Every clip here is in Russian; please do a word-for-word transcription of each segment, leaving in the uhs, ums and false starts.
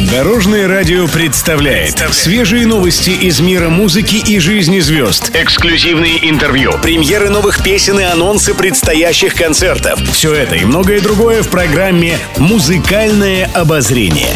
Дорожное радио представляет свежие новости из мира музыки и жизни звезд. Эксклюзивные интервью, премьеры новых песен и анонсы предстоящих концертов. Все это и многое другое в программе «Музыкальное обозрение».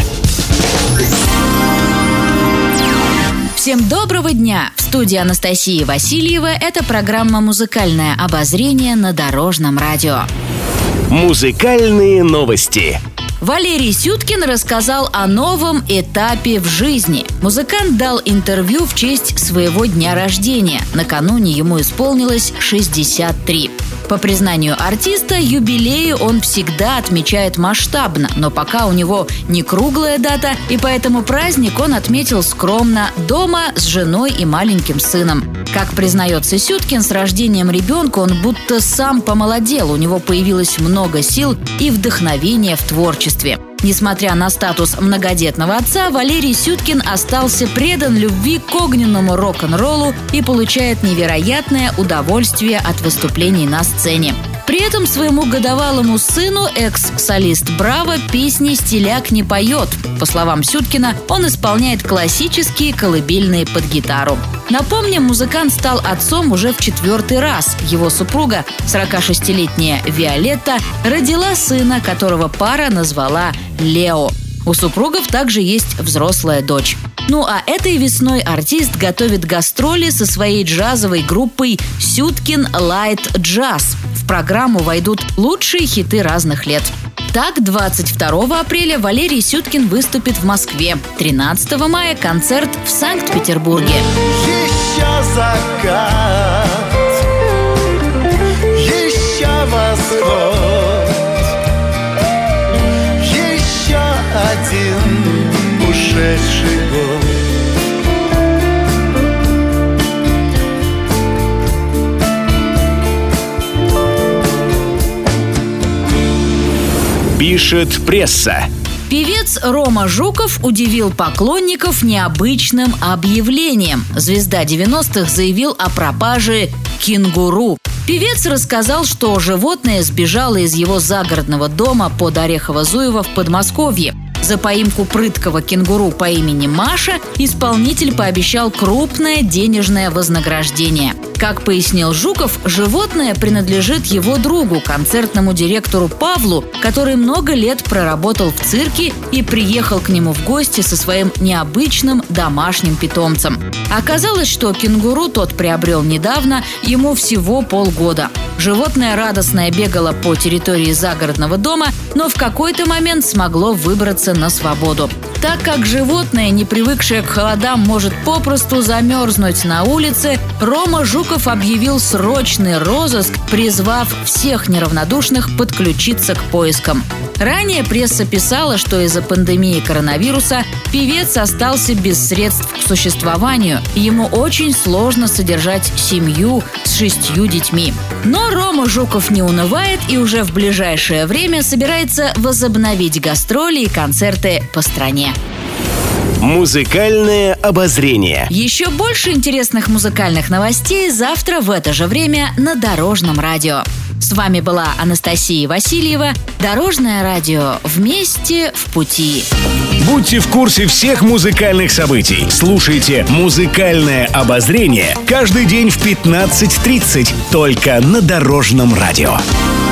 Всем доброго дня! В студии Анастасия Васильева. Это программа «Музыкальное обозрение» на Дорожном радио. Музыкальные новости. Валерий Сюткин рассказал о новом этапе в жизни. Музыкант дал интервью в честь своего дня рождения. Накануне ему исполнилось шестьдесят три. По признанию артиста, юбилеи он всегда отмечает масштабно, но пока у него не круглая дата, и поэтому праздник он отметил скромно, дома с женой и маленьким сыном. Как признается Сюткин, с рождением ребенка он будто сам помолодел, у него появилось много сил и вдохновения в творчестве. Несмотря на статус многодетного отца, Валерий Сюткин остался предан любви к огненному рок-н-роллу и получает невероятное удовольствие от выступлений на сцене. При этом своему годовалому сыну экс-солист «Браво» песни «Стиляк» не поет. По словам Сюткина, он исполняет классические колыбельные под гитару. Напомним, музыкант стал отцом уже в четвертый раз. Его супруга, сорокашестилетняя Виолетта, родила сына, которого пара назвала Лео. У супругов также есть взрослая дочь. Ну а этой весной артист готовит гастроли со своей джазовой группой «Сюткин Лайт Джаз». В программу войдут лучшие хиты разных лет. Так, двадцать второго апреля Валерий Сюткин выступит в Москве. тринадцатого мая концерт в Санкт-Петербурге. Еще закат, еще восход, еще один ушедший год. Пишет пресса. Певец Рома Жуков удивил поклонников необычным объявлением. Звезда девяностых заявил о пропаже кенгуру. Певец рассказал, что животное сбежало из его загородного дома под Орехово-Зуево в Подмосковье. За поимку прыткого кенгуру по имени Маша исполнитель пообещал крупное денежное вознаграждение. Как пояснил Жуков, животное принадлежит его другу, концертному директору Павлу, который много лет проработал в цирке и приехал к нему в гости со своим необычным домашним питомцем. Оказалось, что кенгуру тот приобрел недавно, ему всего полгода. Животное радостно бегало по территории загородного дома, но в какой-то момент смогло выбраться на свободу. Так как животное, не привыкшее к холодам, может попросту замерзнуть на улице, Рома Жуков объявил срочный розыск, призвав всех неравнодушных подключиться к поискам. Ранее пресса писала, что из-за пандемии коронавируса певец остался без средств к существованию, и ему очень сложно содержать семью с шестью детьми. Но Рома Жуков не унывает и уже в ближайшее время собирается возобновить гастроли и концерты по стране. Музыкальное обозрение. Еще больше интересных музыкальных новостей завтра в это же время на Дорожном радио. С вами была Анастасия Васильева. Дорожное радио. Вместе в пути. Будьте в курсе всех музыкальных событий. Слушайте «Музыкальное обозрение» каждый день в пятнадцать тридцать только на Дорожном радио.